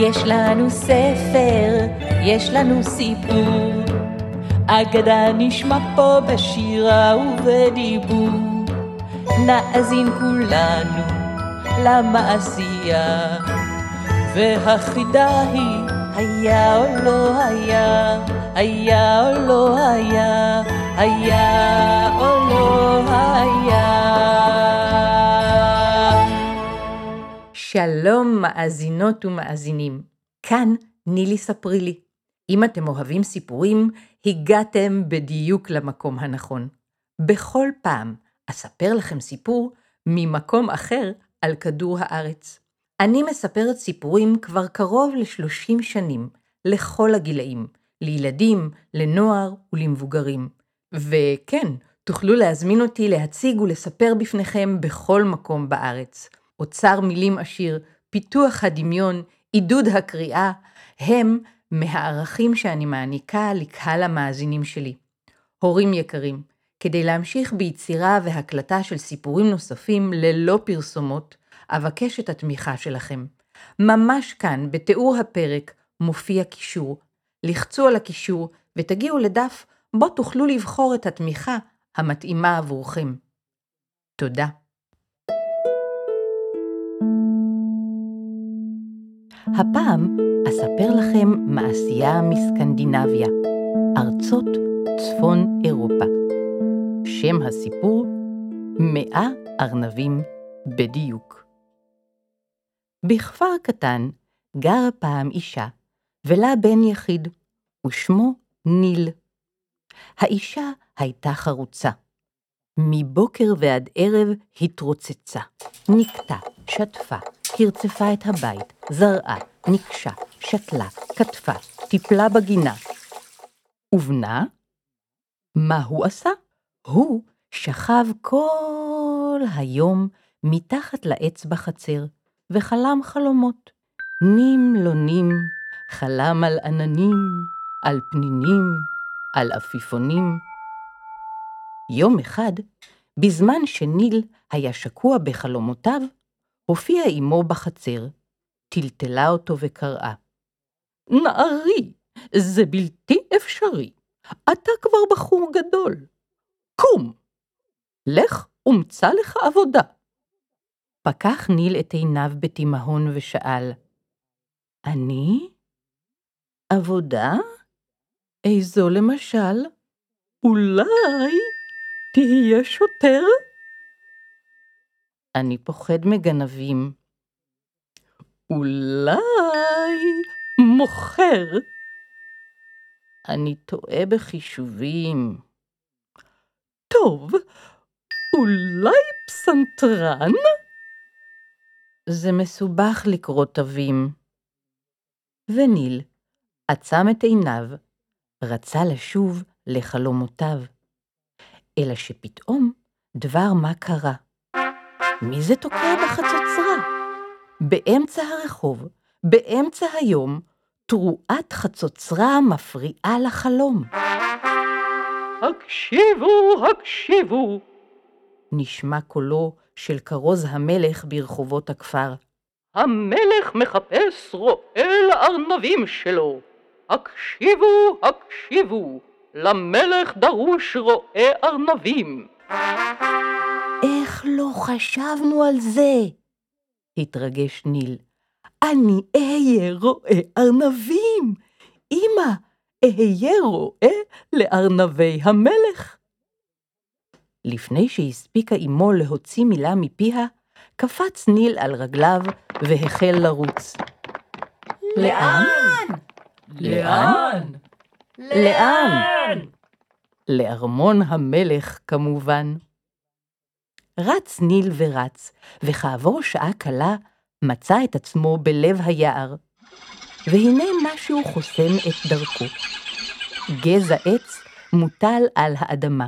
יש לנו ספר, יש לנו סיפור, אגדה נשמע פה בשירה ובדיבור. נאזין כולנו למעשייה, והחידה היא היה או לא היה, היה או לא היה, היה או לא היה. שלום מאזינות ומאזינים, כאן נילי ספרי לי. אם אתם אוהבים סיפורים, הגעתם בדיוק למקום הנכון. בכל פעם אספר לכם סיפור ממקום אחר על כדור הארץ. אני מספרת סיפורים כבר קרוב ל30 שנים, לכל הגילאים, לילדים, לנוער ולמבוגרים. וכן, תוכלו להזמין אותי להציג ולספר בפניכם בכל מקום בארץ. אוצר מילים עשיר, פיתוח הדמיון, עידוד הקריאה, הם מהערכים שאני מעניקה לקהל המאזינים שלי. הורים יקרים, כדי להמשיך ביצירה והקלטה של סיפורים נוספים ללא פרסומות, אבקש את התמיכה שלכם. ממש כאן, בתיאור הפרק, מופיע קישור. לחצו על הקישור ותגיעו לדף בו תוכלו לבחור את התמיכה המתאימה עבורכם. תודה. הפעם אספר לכם מעשייה מסקנדינביה, ארצות צפון אירופה. שם הסיפור, 100 ארנבים בדיוק. בכפר קטן גרה פעם אישה, ולה בן יחיד, ושמו ניל. האישה הייתה חרוצה. מבוקר ועד ערב התרוצצה, נקטה, שטפה, הרצפה את הבית, זרעה, נקשה, שתלה, כתפה, טיפלה בגינה. ובנה, מה הוא עשה? הוא שכב כל היום מתחת לעץ בחצר, וחלם חלומות. נים לא נים, חלם על עננים, על פנינים, על עפיפונים. יום אחד, בזמן שניל היה שקוע בחלומותיו, הופיעה אמו בחצר, טלטלה אותו וקראה. נערי, זה בלתי אפשרי, אתה כבר בחור גדול. קום, לך ומצא לך עבודה. פקח ניל את עיניו בתימהון ושאל, אני? עבודה? איזו למשל? אולי תהיה שוטר? אני פוחד מגנבים. אולי מוכר? אני טועה בחישובים. טוב, אולי פסנתרן? זה מסובך לקרוא תווים. וניל עצם את עיניו, רצה לשוב לחלומותיו. אלא שפתאום דבר מה קרה. מי זה תוקע בחצוצרה? באמצע הרחוב, באמצע היום, תרועת חצוצרה מפריעה לחלום. הקשיבו, הקשיבו! נשמע קולו של כרוז המלך ברחובות הכפר. המלך מחפש רועה לארנבים שלו. הקשיבו, הקשיבו! למלך דרוש רועה ארנבים. איך לא חשבנו על זה? התרגש ניל. אני אהיה רועה ארנבים. אמא, אהיה רועה לארנבי המלך. לפני שהספיקה אמו להוציא מילה מפיה, קפץ ניל על רגליו והחל לרוץ. לאן? לאן? לאן? לארמון המלך כמובן. רץ ניל ורץ, וכעבור שעה קלה מצא את עצמו בלב היער. והנה משהו חוסם את דרכו. גזע עץ מוטל על האדמה.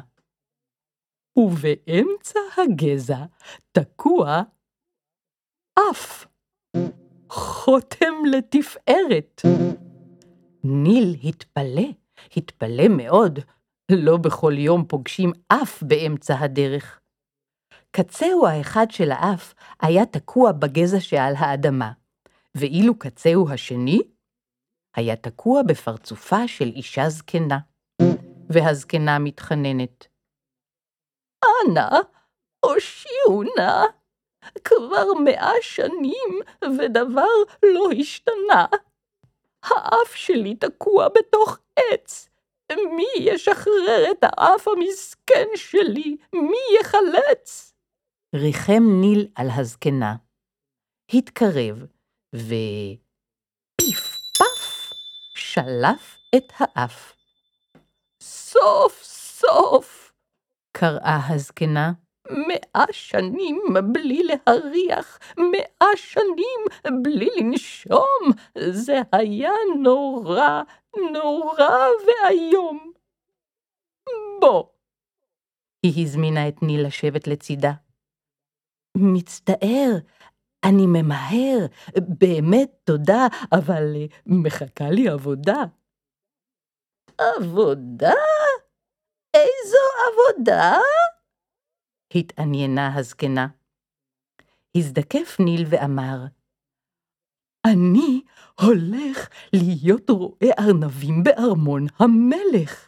ובאמצע הגזע תקוע אף. חותם לתפארת. ניל התפלא מאוד. לא בכל יום פוגשים אף באמצע הדרך. קצהו האחד של האף היה תקוע בגזע שעל האדמה, ואילו קצהו השני היה תקוע בפרצופה של אישה זקנה, והזקנה מתחננת. אנא, הושיעו נא, כבר 100 שנים ודבר לא השתנה. האף שלי תקוע בתוך עץ. מי ישחרר את האף המסכן שלי? מי יחלץ? ריחם ניל על הזקנה. התקרב, ופיף פף שלף את האף. סוף סוף, קראה הזקנה, 100 שנים בלי להריח, 100 שנים בלי לנשום, זה היה נורא, נורא ואיום. בוא. היא הזמינה את ניל לשבת לצידה. מצטער, אני ממהר, באמת תודה, אבל מחכה לי עבודה. עבודה? איזו עבודה? התעניינה הזקנה. הזדקף ניל ואמר, אני הולך להיות רועה ארנבים בארמון המלך.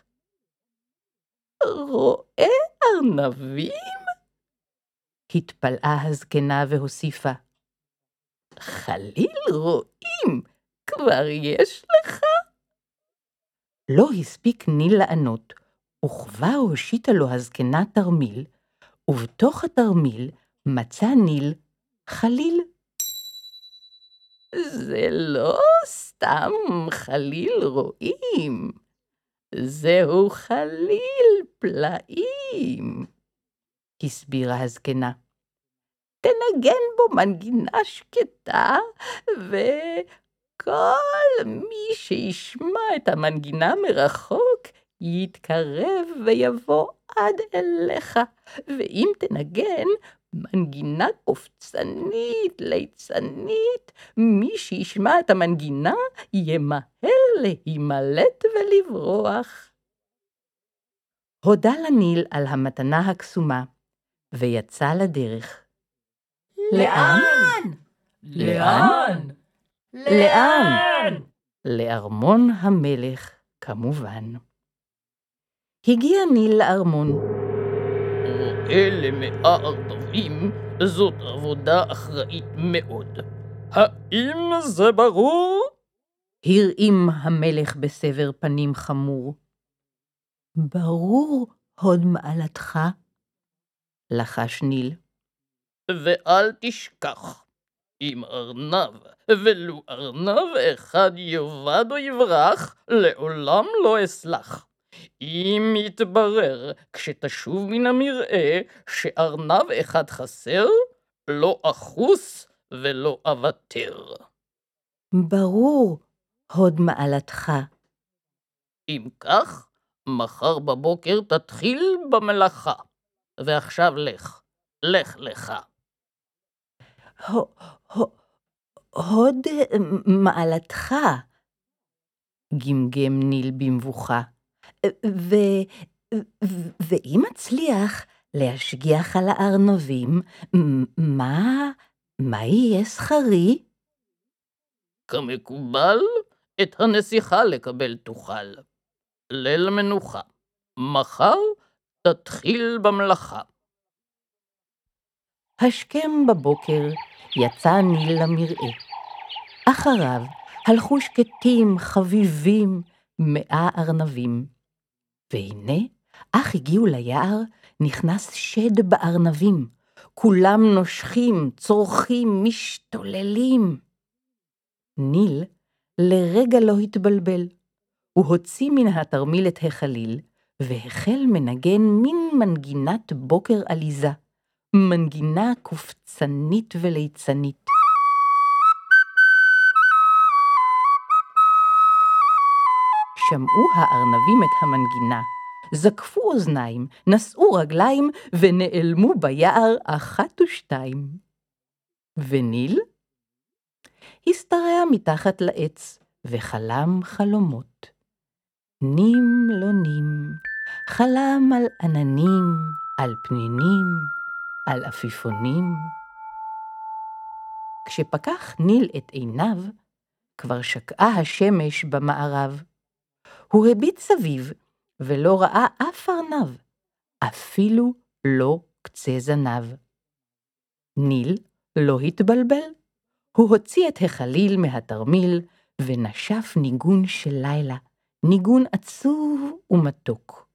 רועה ארנבים? התפלאה הזקנה והוסיפה, חליל רועים, כבר יש לך? לא הספיק ניל לענות, וכבר הושיטה לו הזקנה תרמיל, ובתוך התרמיל מצא ניל חליל. זה לא סתם חליל רועים, זהו חליל פלאים, הסבירה הזקנה. תנגן בו מנגינה שקטה, וכל מי שישמע את המנגינה מרחוק יתקרב ויבוא עד אליך, ואם תנגן מנגינה קופצנית, ליצנית, מי שישמע את המנגינה ימהר להימלט ולברוח. הודה לניל על המתנה הקסומה, ויצא לדרך. לאן? לאן? לאן? לארמון המלך, כמובן. הגיע ניל לארמון. אלה 100 ארנבים, זאת עבודה אחראית מאוד. האם זה ברור? הרעים המלך בסבר פנים חמור. ברור, הוד מעלתך, לחש ניל. ואל תשכח, אם ארנב ולו ארנב אחד יאבד או יברח, לעולם לא אסלח. אם יתברר כשתשוב מן המרעה שארנב אחד חסר, לא אחוס ולא אוותר. ברור, הוד מעלתך. אם כך, מחר בבוקר תתחיל במלאכה. ועכשיו לך, לך לך. הוד מעלתך, גמגם ניל במבוכה. ואם אצליח להשגיח על הארנבים, מה יהיה שכרי? כמקובל, את הנסיכה לקבל תוכל. ליל מנוחה. מחר תתחיל במלאכה. השכם בבוקר יצא ניל למרעה. אחריו הלכו שקטים, חביבים, 100 ארנבים. והנה, אך הגיעו ליער, נכנס שד בארנבים. כולם נושכים, צורכים, משתוללים. ניל לרגע לא התבלבל. הוא הוציא מן התרמיל את החליל, והחל מנגן מין מנגינת בוקר עליזה. מנגינה קופצנית וליצנית. שמעו הארנבים את המנגינה, זקפו אוזניים, נשאו רגליים ונעלמו ביער 1 ו2. וניל השתרע מתחת לעץ וחלם חלומות. נים לא נים, חלם על עננים, על פנינים, על עפיפונים. כשפקח ניל את עיניו, כבר שקעה השמש במערב. הוא הביט סביב, ולא ראה אף ארנב, אפילו לא קצה זנב. ניל לא התבלבל. הוא הוציא את החליל מהתרמיל, ונשף ניגון של לילה, ניגון עצוב ומתוק.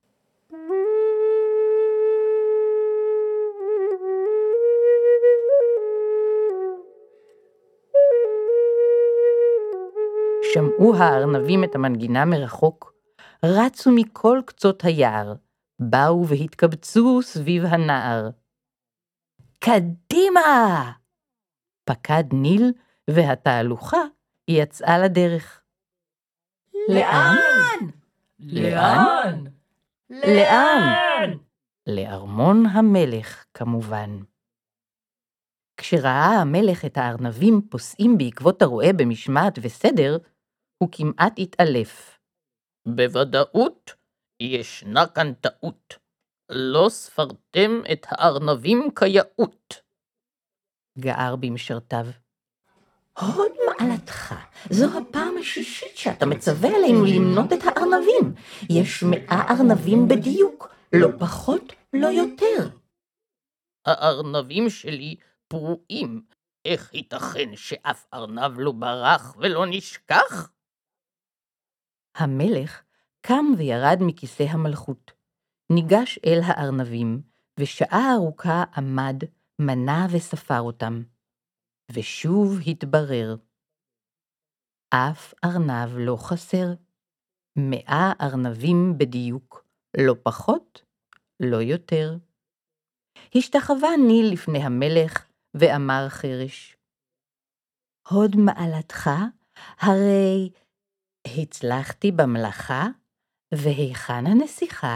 שמעו הארנבים את המנגינה מרחוק, רצו מכל קצות היער, באו והתקבצו סביב הנער. קדימה! פקד ניל, והתהלוכה יצאה לדרך. לאן? לאן? לאן? לארמון המלך, כמובן. כשראה המלך את הארנבים פוסעים בעקבות הרועה במשמעת וסדר, הוא כמעט התעלף. בוודאות ישנה כאן טעות. לא ספרתם את הארנבים כיאות. גער במשרתיו. הוד מעלתך, זו הפעם השישית שאתה מצווה עלינו למנות את הארנבים. יש 100 ארנבים בדיוק, לא פחות, לא יותר. הארנבים שלי פרועים. איך ייתכן שאף ארנב לא ברח ולא נשכח? המלך קם וירד מכיסא המלכות, ניגש אל הארנבים, ושעה ארוכה עמד, מנה וספר אותם. ושוב התברר. אף ארנב לא חסר. 100 ארנבים בדיוק, לא פחות, לא יותר. השתחווה ניל לפני המלך, ואמר חרש, הוד מעלתך, הרי הצלחתי במלאכה, והיכן הנסיכה?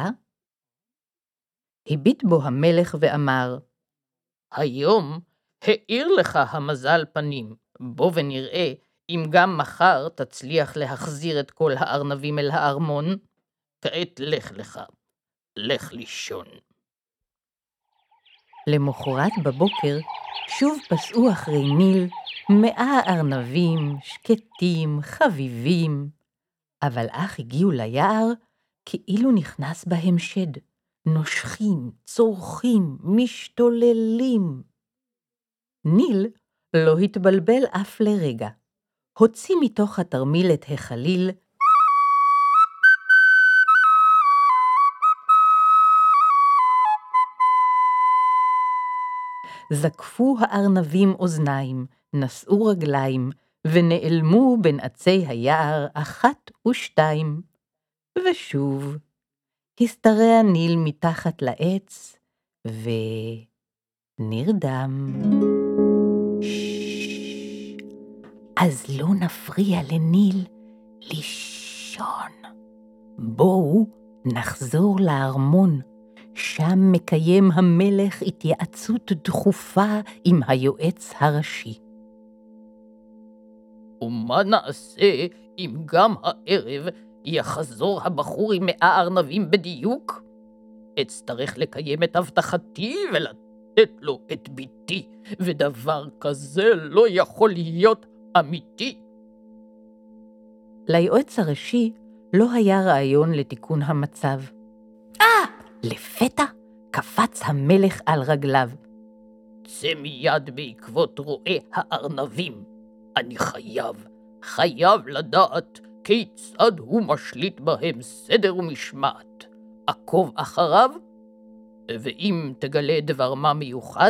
הביט בו המלך ואמר, היום האיר לך המזל פנים. בוא ונראה אם גם מחר תצליח להחזיר את כל הארנבים אל הארמון. כעת לך לך, לך לישון. למחרת בבוקר שוב פסעו אחרי ניל 100 ארנבים, שקטים, חביבים, אבל אך הגיעו ליער כאילו נכנס בהם שד, נושכים, צורכים, משתוללים. ניל לא התבלבל אף לרגע, הוציא מתוך התרמיל את החליל, זקפו הארנבים אוזניים, נשאו רגליים, ונעלמו בין עצי היער 1 ו2. ושוב, הסתרע ניל מתחת לעץ, ונרדם. אז לא נפריע לניל לישון. בואו נחזור לארמון. שם מקיים המלך התייעצות דחופה עם היועץ הראשי. ומה נעשה אם גם הערב יחזור הבחור עם 100 ארנבים בדיוק? אצטרך לקיים את הבטחתי ולתת לו את ביתי, ודבר כזה לא יכול להיות אמיתי. ליועץ הראשי לא היה רעיון לתיקון המצב. לפתע קפץ המלך על רגליו. צא מיד בעקבות רועי הארנבים. אני חייב לדעת כיצד הוא משליט בהם סדר ומשמעת. עקוב אחריו, ואם תגלה דבר מה מיוחד,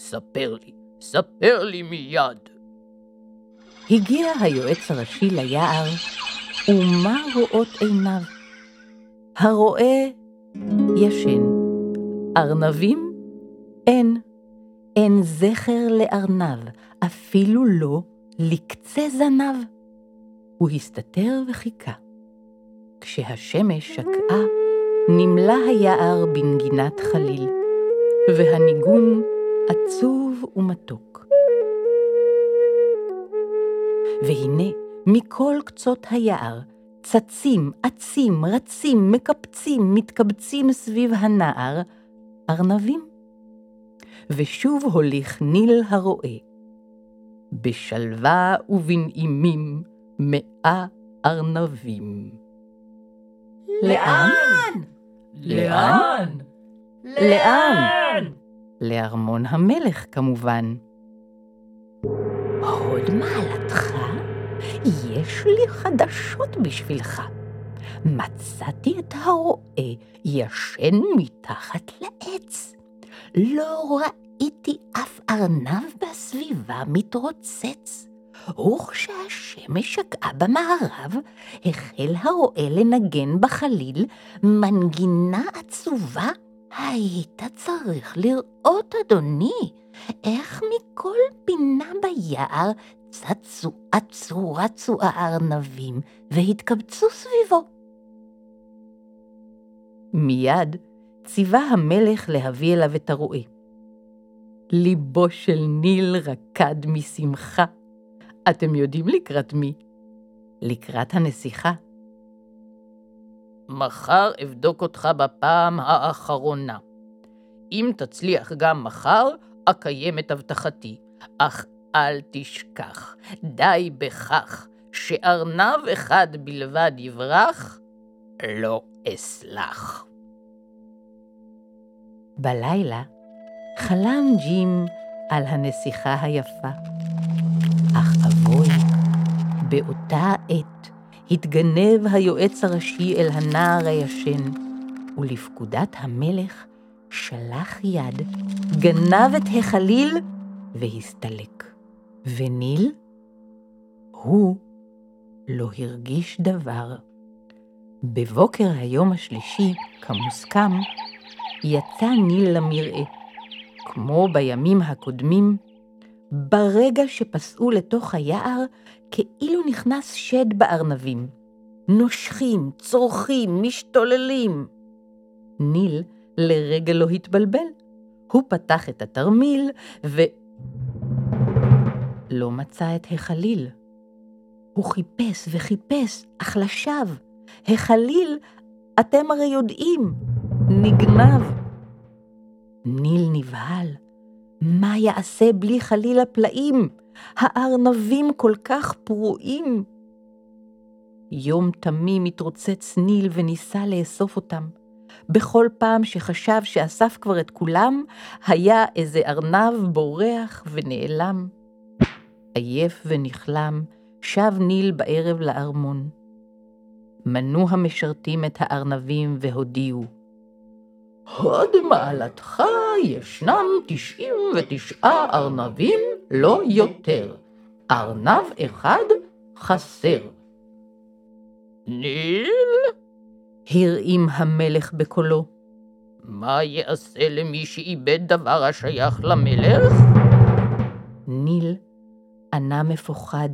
ספר לי מיד. הגיע היועץ הראשי ליער, ומה רואות עיניו? הרועה ישן, ארנבים אין זכר לארנב, אפילו לא לקצה זנב. הוא הסתתר וחיכה. כשהשמש שקעה, נמלא היער בנגינת חליל, והניגון עצוב ומתוק. והנה מכל קצות היער, צצים, עצים, רצים, מקפצים, מתקבצים סביב הנער, ארנבים. ושוב הוליך ניל הרועה. בשלווה ובנעימים 100 ארנבים. לאן? לאן? לאן? לארמון המלך כמובן. הוד מעלתך, יש לי חדשות בשבילך. מצאתי את הרועה ישן מתחת לעץ. לא ראיתי אף ארנב בסביבה מתרוצץ. וכשהשמש שקעה במערב, החל הרועה לנגן בחליל מנגינה עצובה. היית צריך לראות, אדוני, איך מכל פינה ביער רצו הארנבים והתקבצו סביבו. מיד ציווה המלך להביא אליו את הרועה. ליבו של ניל רקד משמחה. אתם יודעים לקראת מי? לקראת הנסיכה. מחר אבדוק אותך בפעם האחרונה. אם תצליח גם מחר, אקיים את הבטחתי. אך אל תשכח, די בכך, שארנב אחד בלבד יברח, לא אסלח. בלילה חלם ג'ים על הנסיכה היפה. אך אבוי, באותה עת התגנב היועץ הראשי אל הנער הישן, ולפקודת המלך שלח יד, גנב את החליל והסתלק. וניל? הוא לא הרגיש דבר. בבוקר היום השלישי, כמוסכם, יצא ניל למרעה. כמו בימים הקודמים, ברגע שפסעו לתוך היער, כאילו נכנס שד בארנבים. נושכים, צורכים, משתוללים. ניל לרגע לא התבלבל. הוא פתח את התרמיל לא מצא את החליל. הוא חיפש וחיפש, אך לשווא. החליל, אתם הרי יודעים, נגנב. ניל נבהל. מה יעשה בלי חליל הפלאים? הארנבים כל כך פרועים. יום תמים התרוצץ ניל וניסה לאסוף אותם. בכל פעם שחשב שאסף כבר את כולם, היה איזה ארנב בורח ונעלם. עייף ונכלם, שב ניל בערב לארמון. מנו המשרתים את הארנבים והודיעו, הוד מעלתך ישנם 99 ארנבים, לא יותר. ארנב אחד חסר. ניל? הרעים המלך בקולו. מה יעשה למי שאיבד דבר השייך למלך? ניל ענה מפוחד.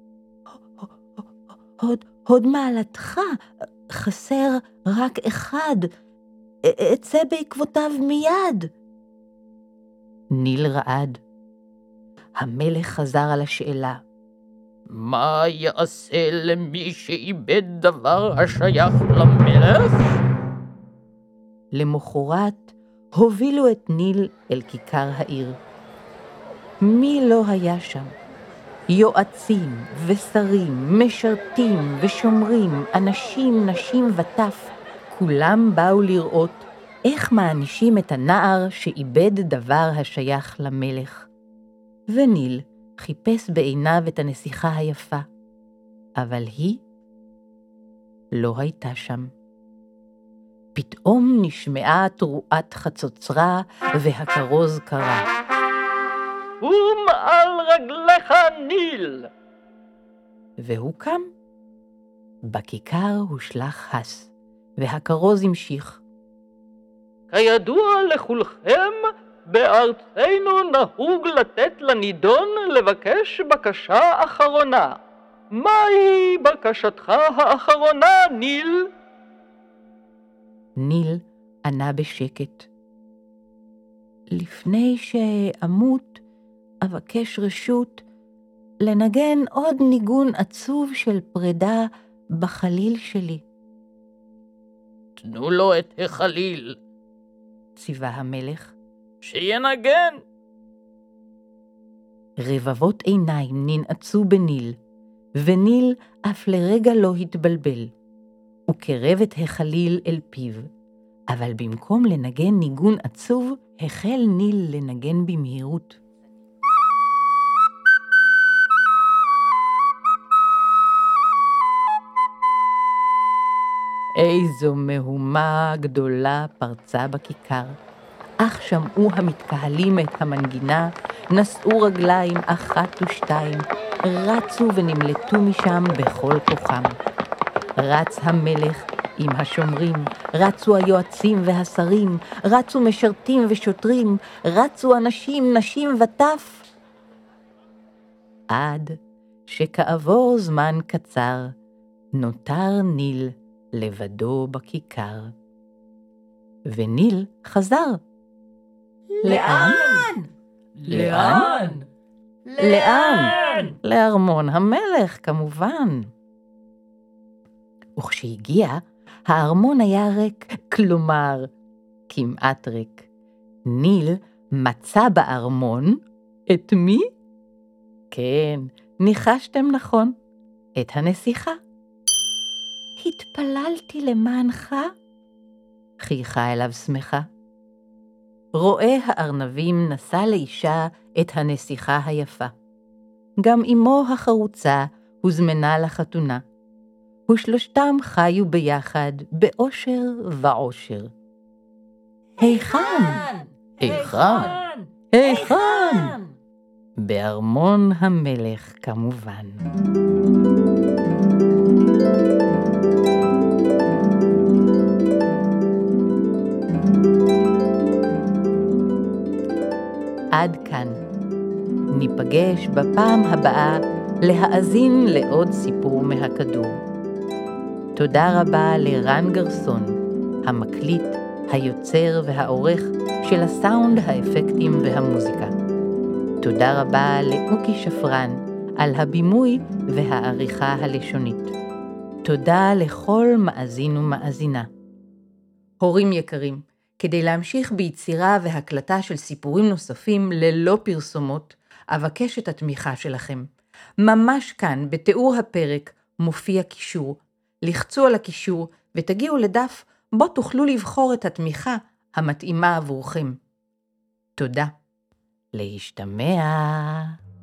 הוד מעלתך, חסר רק אחד. אצא בעקבותיו מיד. ניל רעד. המלך חזר על השאלה. מה יעשה למי שאיבד דבר השייך למלך? למחרת הובילו את ניל אל כיכר העיר. מי לא היה שם? יועצים ושרים, משרתים ושומרים, אנשים, נשים וטף, כולם באו לראות איך מענישים את הנער שאיבד דבר השייך למלך. וניל חיפש בעיניו את הנסיכה היפה, אבל היא לא הייתה שם. פתאום נשמעה תרועת חצוצרה והכרוז קרא. קום על רגליך ניל! והוא קם. בכיכר הושלך הס, והכרוז המשיך. כידוע לכולכם, בארצנו נהוג לתת לנידון לבקש בקשה אחרונה. מהי בקשתך האחרונה, ניל? ניל ענה בשקט. לפני שאמות, אבקש רשות לנגן עוד ניגון עצוב של פרידה בחליל שלי. תנו לו את החליל, ציווה המלך. שינגן. רבבות עיניים ננעצו בניל, וניל אף לרגע לא התבלבל. הוא קרב את החליל אל פיו, אבל במקום לנגן ניגון עצוב, החל ניל לנגן במהירות. איזו מהומה גדולה פרצה בכיכר. אך שמעו המתקהלים את המנגינה, נשאו רגליים אחת ושתיים, רצו ונמלטו משם בכל כוחם. רץ המלך עם השומרים, רצו היועצים והשרים, רצו משרתים ושוטרים, רצו אנשים, נשים וטף. עד שכעבור זמן קצר נותר ניל לבדו בכיכר. וניל חזר. לאן? לאן? לאן? לארמון המלך, כמובן. וכשהגיע, הארמון היה ריק, כלומר, כמעט ריק. ניל מצא בארמון את מי? כן, ניחשתם נכון, את הנסיכה. התפללתי למענך? חייכה אליו שמחה. רואה הארנבים נשא לאישה את הנסיכה היפה. גם אמו החרוצה הוזמנה לחתונה. ושלושתם חיו ביחד באושר ועושר. היכן? היכן? היכן? בארמון המלך כמובן. עד כאן. ניפגש בפעם הבאה להאזין לעוד סיפור מהכדור. תודה רבה לרן גרסון, המקליט, היוצר והעורך של הסאונד, האפקטים והמוזיקה. תודה רבה לאוקי שפרן על הבימוי והעריכה הלשונית. תודה לכל מאזין ומאזינה. הורים יקרים, כדי להמשיך ביצירה והקלטה של סיפורים נוספים ללא פרסומות, אבקש את התמיכה שלכם. ממש כאן, בתיאור הפרק, מופיע קישור. לחצו על הקישור ותגיעו לדף בו תוכלו לבחור את התמיכה המתאימה עבורכם. תודה. להשתמע.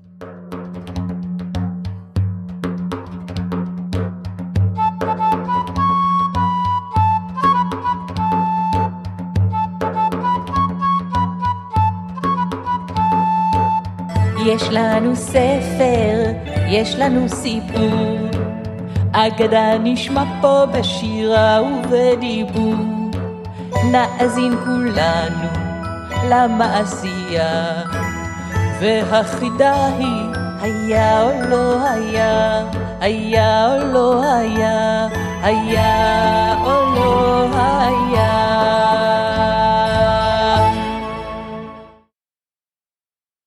יש לנו ספר, יש לנו סיפור, אגדה נשמע פה בשירה ובדיבור. נאזין כולנו למעשייה, והחידה היא היה או לא היה, היה או לא היה, היה